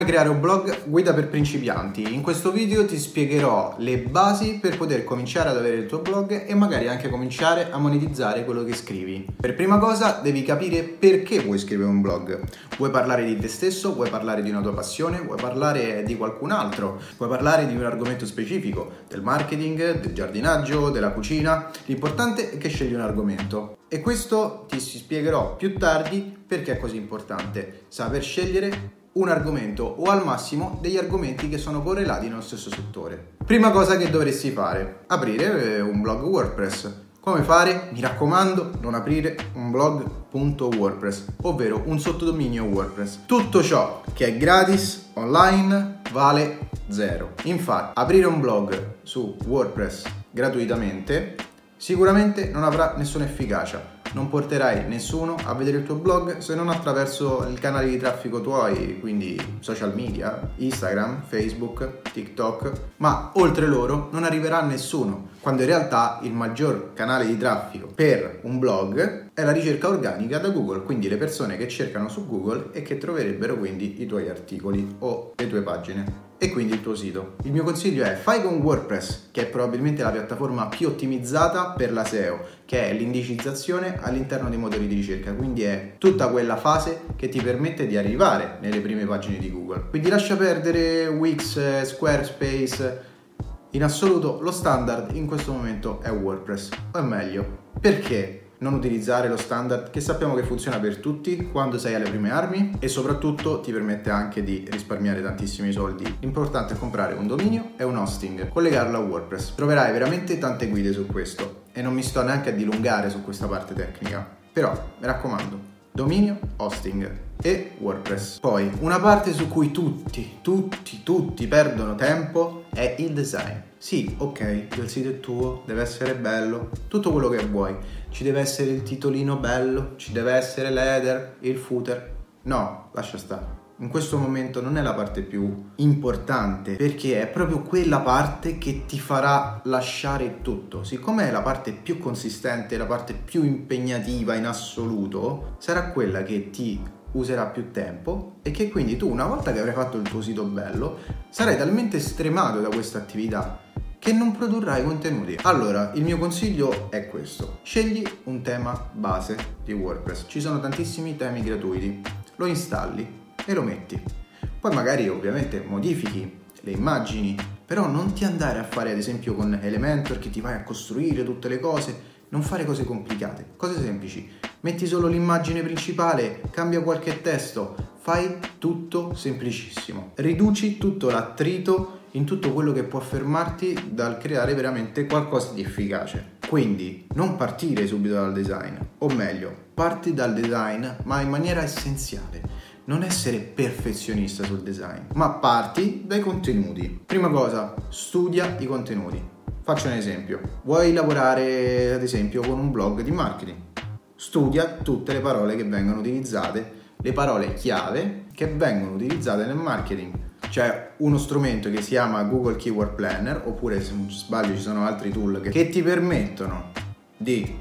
Creare un blog, guida per principianti. In questo video ti spiegherò le basi per poter cominciare ad avere il tuo blog e magari anche cominciare a monetizzare quello che scrivi. Per prima cosa devi capire perché vuoi scrivere un blog. Vuoi parlare di te stesso, vuoi parlare di una tua passione, vuoi parlare di qualcun altro, vuoi parlare di un argomento specifico, del marketing, del giardinaggio, della cucina. L'importante è che scegli un argomento. E questo ti spiegherò più tardi perché è così importante saper scegliere un argomento o al massimo degli argomenti che sono correlati nello stesso settore. Prima cosa che dovresti fare: aprire un blog WordPress. Come fare? Mi raccomando, non aprire un blog.wordpress, ovvero un sottodominio WordPress. Tutto ciò che è gratis online vale zero. Infatti, aprire un blog su WordPress gratuitamente sicuramente non avrà nessuna efficacia. Non porterai nessuno a vedere il tuo blog se non attraverso il canale di traffico tuoi, quindi social media, Instagram, Facebook, TikTok, ma oltre loro non arriverà nessuno, quando in realtà il maggior canale di traffico per un blog è la ricerca organica da Google, quindi le persone che cercano su Google e che troverebbero quindi i tuoi articoli o le tue pagine e quindi il tuo sito. Il mio consiglio è: fai con WordPress, che è probabilmente la piattaforma più ottimizzata per la SEO, che è l'indicizzazione all'interno dei motori di ricerca, quindi è tutta quella fase che ti permette di arrivare nelle prime pagine di Google. Quindi lascia perdere Wix, Squarespace. In assoluto lo standard in questo momento è WordPress, o è meglio, perché non utilizzare lo standard che sappiamo che funziona per tutti quando sei alle prime armi e soprattutto ti permette anche di risparmiare tantissimi soldi. L'importante è comprare un dominio e un hosting, collegarlo a WordPress. Troverai veramente tante guide su questo e non mi sto neanche a dilungare su questa parte tecnica, però mi raccomando: dominio, hosting e WordPress. Poi una parte su cui tutti perdono tempo è il design. Sì, ok, il sito è tuo, deve essere bello, tutto quello che vuoi. Ci deve essere il titolino bello, ci deve essere l'header, il footer. No, lascia stare. In questo momento non è la parte più importante, perché è proprio quella parte che ti farà lasciare tutto. Siccome è la parte più consistente, la parte più impegnativa in assoluto, sarà quella che ti userà più tempo e che quindi tu, una volta che avrai fatto il tuo sito bello, sarai talmente stremato da questa attività che non produrrai contenuti. Allora, il mio consiglio è questo: scegli un tema base di WordPress. Ci sono tantissimi temi gratuiti, lo installi e lo metti. Poi magari ovviamente modifichi le immagini, però non ti andare a fare ad esempio con Elementor che ti vai a costruire tutte le cose. Non fare cose complicate, cose semplici. Metti solo l'immagine principale, cambia qualche testo, fai tutto semplicissimo. Riduci tutto l'attrito in tutto quello che può fermarti dal creare veramente qualcosa di efficace. Quindi non partire subito dal design, o meglio, parti dal design ma in maniera essenziale. Non essere perfezionista sul design, ma parti dai contenuti. Prima cosa, studia i contenuti. Faccio un esempio: vuoi lavorare ad esempio con un blog di marketing? Studia tutte le parole che vengono utilizzate, le parole chiave che vengono utilizzate nel marketing. C'è uno strumento che si chiama Google Keyword Planner, oppure se non sbaglio ci sono altri tool che ti permettono di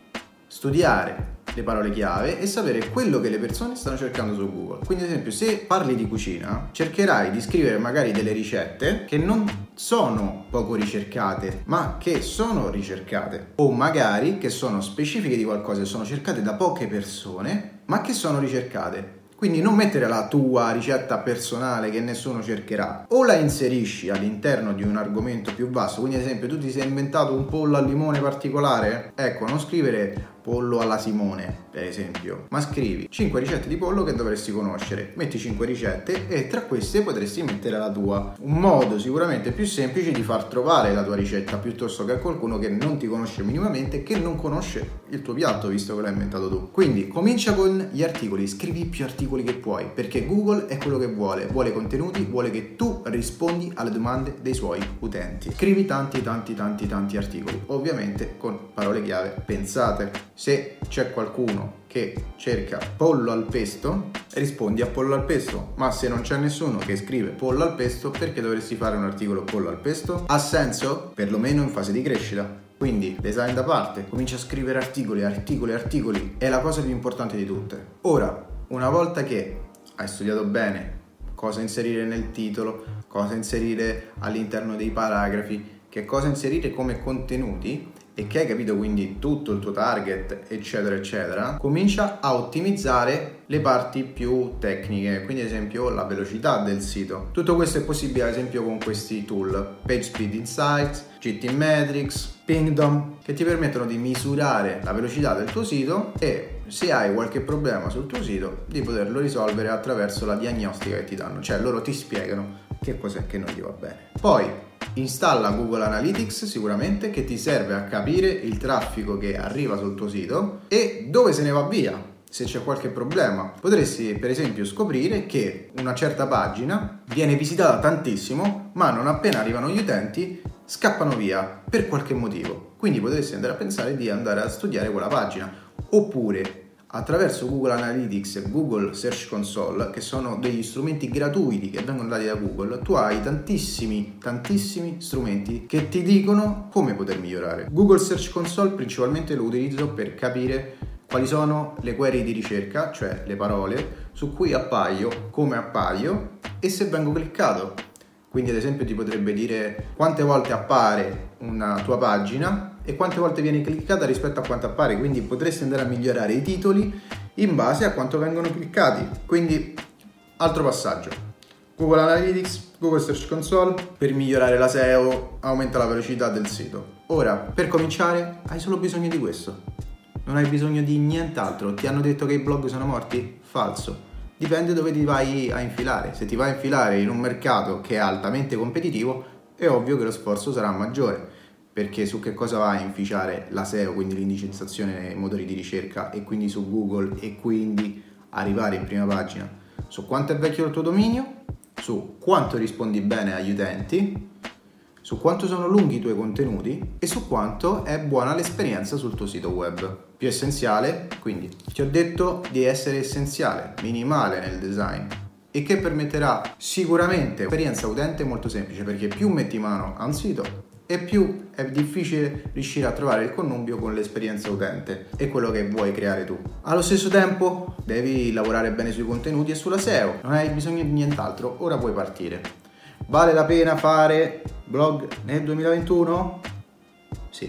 studiare le parole chiave e sapere quello che le persone stanno cercando su Google. Quindi ad esempio, se parli di cucina, cercherai di scrivere magari delle ricette che non sono poco ricercate, ma che sono ricercate, o magari che sono specifiche di qualcosa e sono cercate da poche persone, ma che sono ricercate. Quindi non mettere la tua ricetta personale che nessuno cercherà, o la inserisci all'interno di un argomento più vasto. Quindi ad esempio, tu ti sei inventato un pollo al limone particolare? Ecco, non scrivere pollo alla Simone, per esempio, ma scrivi 5 ricette di pollo che dovresti conoscere. Metti 5 ricette e tra queste potresti mettere la tua. Un modo sicuramente più semplice di far trovare la tua ricetta piuttosto che a qualcuno che non ti conosce minimamente, che non conosce il tuo piatto, visto che l'hai inventato tu. Quindi comincia con gli articoli, scrivi più articoli che puoi, perché Google è quello che vuole contenuti, vuole che tu rispondi alle domande dei suoi utenti. Scrivi tanti articoli, ovviamente con parole chiave pensate. Se c'è qualcuno che cerca pollo al pesto, rispondi a pollo al pesto, ma se non c'è nessuno che scrive pollo al pesto, perché dovresti fare un articolo pollo al pesto? Ha senso? Perlomeno in fase di crescita. Quindi design da parte, comincia a scrivere articoli, è la cosa più importante di tutte. Ora, una volta che hai studiato bene cosa inserire nel titolo, cosa inserire all'interno dei paragrafi, che cosa inserire come contenuti, e che hai capito quindi tutto il tuo target, eccetera eccetera, comincia a ottimizzare le parti più tecniche, quindi ad esempio la velocità del sito. Tutto questo è possibile ad esempio con questi tool: PageSpeed Insights, GTmetrix, Pingdom, che ti permettono di misurare la velocità del tuo sito e, se hai qualche problema sul tuo sito, di poterlo risolvere attraverso la diagnostica che ti danno, cioè loro ti spiegano che cos'è che non gli va bene. Poi installa Google Analytics, sicuramente, che ti serve a capire il traffico che arriva sul tuo sito e dove se ne va via. Se c'è qualche problema, potresti per esempio scoprire che una certa pagina viene visitata tantissimo, ma non appena arrivano gli utenti scappano via per qualche motivo. Quindi potresti andare a pensare di andare a studiare quella pagina. Oppure attraverso Google Analytics e Google Search Console, che sono degli strumenti gratuiti che vengono dati da Google, tu hai tantissimi strumenti che ti dicono come poter migliorare. Google Search Console principalmente lo utilizzo per capire quali sono le query di ricerca, cioè le parole su cui appaio, come appaio e se vengo cliccato. Quindi ad esempio ti potrebbe dire quante volte appare una tua pagina e quante volte viene cliccata rispetto a quanto appare, quindi potresti andare a migliorare i titoli in base a quanto vengono cliccati. Quindi altro passaggio: Google Analytics, Google Search Console per migliorare la SEO, aumenta la velocità del sito. Ora, per cominciare hai solo bisogno di questo, non hai bisogno di nient'altro. Ti hanno detto che i blog sono morti? Falso. Dipende dove ti vai a infilare. Se ti vai a infilare in un mercato che è altamente competitivo, è ovvio che lo sforzo sarà maggiore, perché su che cosa vai a inficiare la SEO, quindi l'indicizzazione nei motori di ricerca, e quindi su Google, e quindi arrivare in prima pagina? Su quanto è vecchio il tuo dominio, su quanto rispondi bene agli utenti, su quanto sono lunghi i tuoi contenuti e su quanto è buona l'esperienza sul tuo sito web. Più essenziale, quindi ti ho detto di essere essenziale, minimale nel design, e che permetterà sicuramente esperienza utente molto semplice, perché più metti mano a un sito e più è difficile riuscire a trovare il connubio con l'esperienza utente e quello che vuoi creare tu. Allo stesso tempo devi lavorare bene sui contenuti e sulla SEO, non hai bisogno di nient'altro, ora puoi partire. Vale la pena fare blog nel 2021? Sì,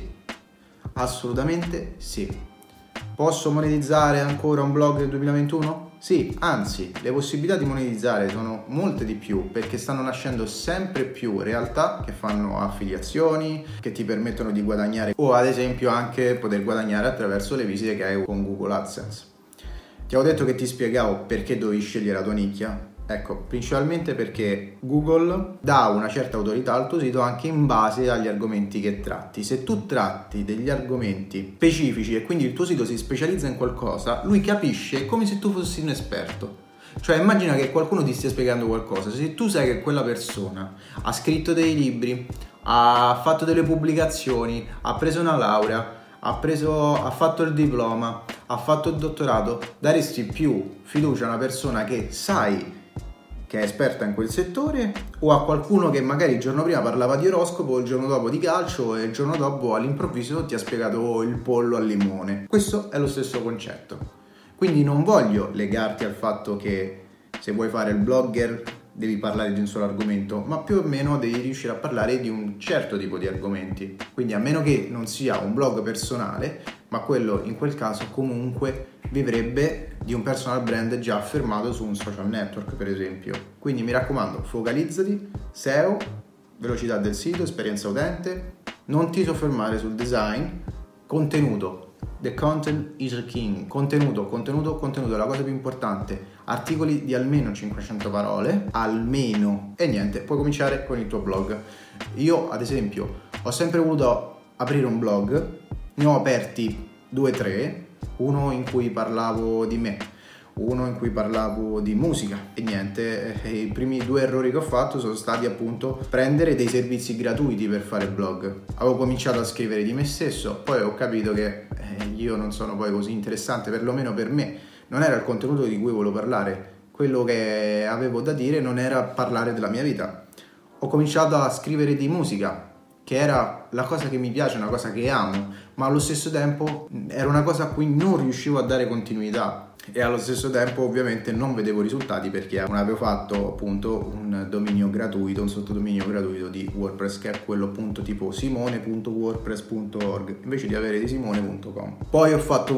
assolutamente sì. Posso monetizzare ancora un blog nel 2021? Sì, anzi, le possibilità di monetizzare sono molte di più, perché stanno nascendo sempre più realtà che fanno affiliazioni, che ti permettono di guadagnare, o ad esempio anche poter guadagnare attraverso le visite che hai con Google AdSense. Ti avevo detto che ti spiegavo perché dovevi scegliere la tua nicchia. Ecco, principalmente perché Google dà una certa autorità al tuo sito anche in base agli argomenti che tratti. Se tu tratti degli argomenti specifici e quindi il tuo sito si specializza in qualcosa, lui capisce come se tu fossi un esperto. Cioè immagina che qualcuno ti stia spiegando qualcosa, se tu sai che quella persona ha scritto dei libri, ha fatto delle pubblicazioni, ha preso una laurea, ha fatto il diploma, ha fatto il dottorato, daresti più fiducia a una persona che sai che è esperta in quel settore, o a qualcuno che magari il giorno prima parlava di oroscopo, il giorno dopo di calcio e il giorno dopo all'improvviso ti ha spiegato il pollo al limone? Questo è lo stesso concetto. Quindi non voglio legarti al fatto che se vuoi fare il blogger devi parlare di un solo argomento, ma più o meno devi riuscire a parlare di un certo tipo di argomenti. Quindi a meno che non sia un blog personale, ma quello in quel caso comunque vivrebbe di un personal brand già affermato su un social network, per esempio. Quindi mi raccomando, focalizzati, SEO, velocità del sito, esperienza utente, non ti soffermare sul design, contenuto. The content is a king. Contenuto è la cosa più importante. Articoli di almeno 500 parole, almeno, e niente, puoi cominciare con il tuo blog. Io ad esempio ho sempre voluto aprire un blog, ne ho aperti 2 o 3, uno in cui parlavo di me, uno in cui parlavo di musica, e niente, i primi 2 errori che ho fatto sono stati appunto prendere dei servizi gratuiti per fare blog. Avevo cominciato a scrivere di me stesso, poi ho capito che io non sono poi così interessante, perlomeno per me non era il contenuto di cui volevo parlare, quello che avevo da dire non era parlare della mia vita. Ho cominciato a scrivere di musica che era la cosa che mi piace, una cosa che amo, ma allo stesso tempo era una cosa a cui non riuscivo a dare continuità e allo stesso tempo ovviamente non vedevo risultati perché non avevo fatto appunto un dominio gratuito, un sottodominio gratuito di WordPress, che è quello appunto tipo simone.wordpress.org invece di avere di simone.com. Poi ho fatto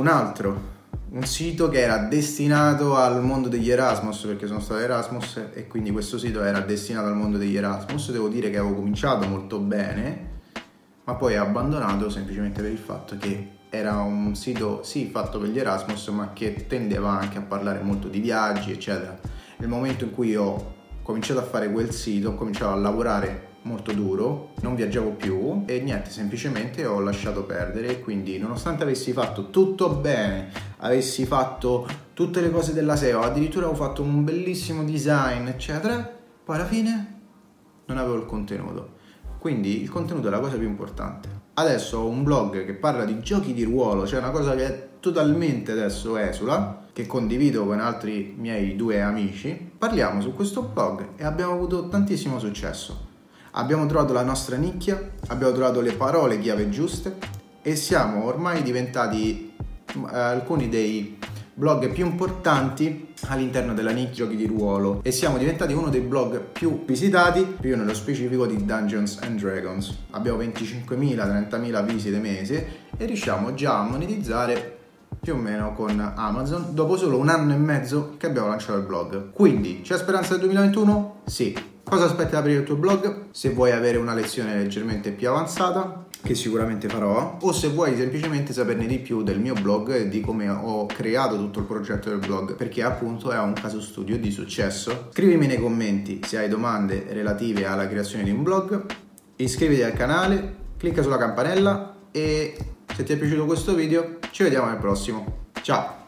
un sito che era destinato al mondo degli Erasmus, perché sono stato Erasmus e quindi questo sito era destinato al mondo degli Erasmus. Devo dire che avevo cominciato molto bene, ma poi ho abbandonato semplicemente per il fatto che era un sito sì fatto per gli Erasmus, ma che tendeva anche a parlare molto di viaggi eccetera. Nel momento in cui ho cominciato a fare quel sito, ho cominciato a lavorare molto duro, non viaggiavo più e niente, semplicemente ho lasciato perdere. Quindi nonostante avessi fatto tutto bene, avessi fatto tutte le cose della SEO, addirittura avevo fatto un bellissimo design eccetera, poi alla fine non avevo il contenuto. Quindi il contenuto è la cosa più importante. Adesso ho un blog che parla di giochi di ruolo, cioè una cosa che è totalmente adesso esula, che condivido con altri miei 2 amici. Parliamo su questo blog e abbiamo avuto tantissimo successo. Abbiamo trovato la nostra nicchia, abbiamo trovato le parole chiave giuste e siamo ormai diventati alcuni dei blog più importanti all'interno della nicchia giochi di ruolo e siamo diventati uno dei blog più visitati, più nello specifico di Dungeons and Dragons. Abbiamo 25.000-30.000 visite mese e riusciamo già a monetizzare più o meno con Amazon dopo solo 1 anno e mezzo che abbiamo lanciato il blog. Quindi c'è speranza del 2021? Sì. Cosa aspetti ad aprire il tuo blog? Se vuoi avere una lezione leggermente più avanzata, che sicuramente farò, o se vuoi semplicemente saperne di più del mio blog e di come ho creato tutto il progetto del blog, perché appunto è un caso studio di successo. Scrivimi nei commenti se hai domande relative alla creazione di un blog, iscriviti al canale, clicca sulla campanella e se ti è piaciuto questo video ci vediamo nel prossimo. Ciao!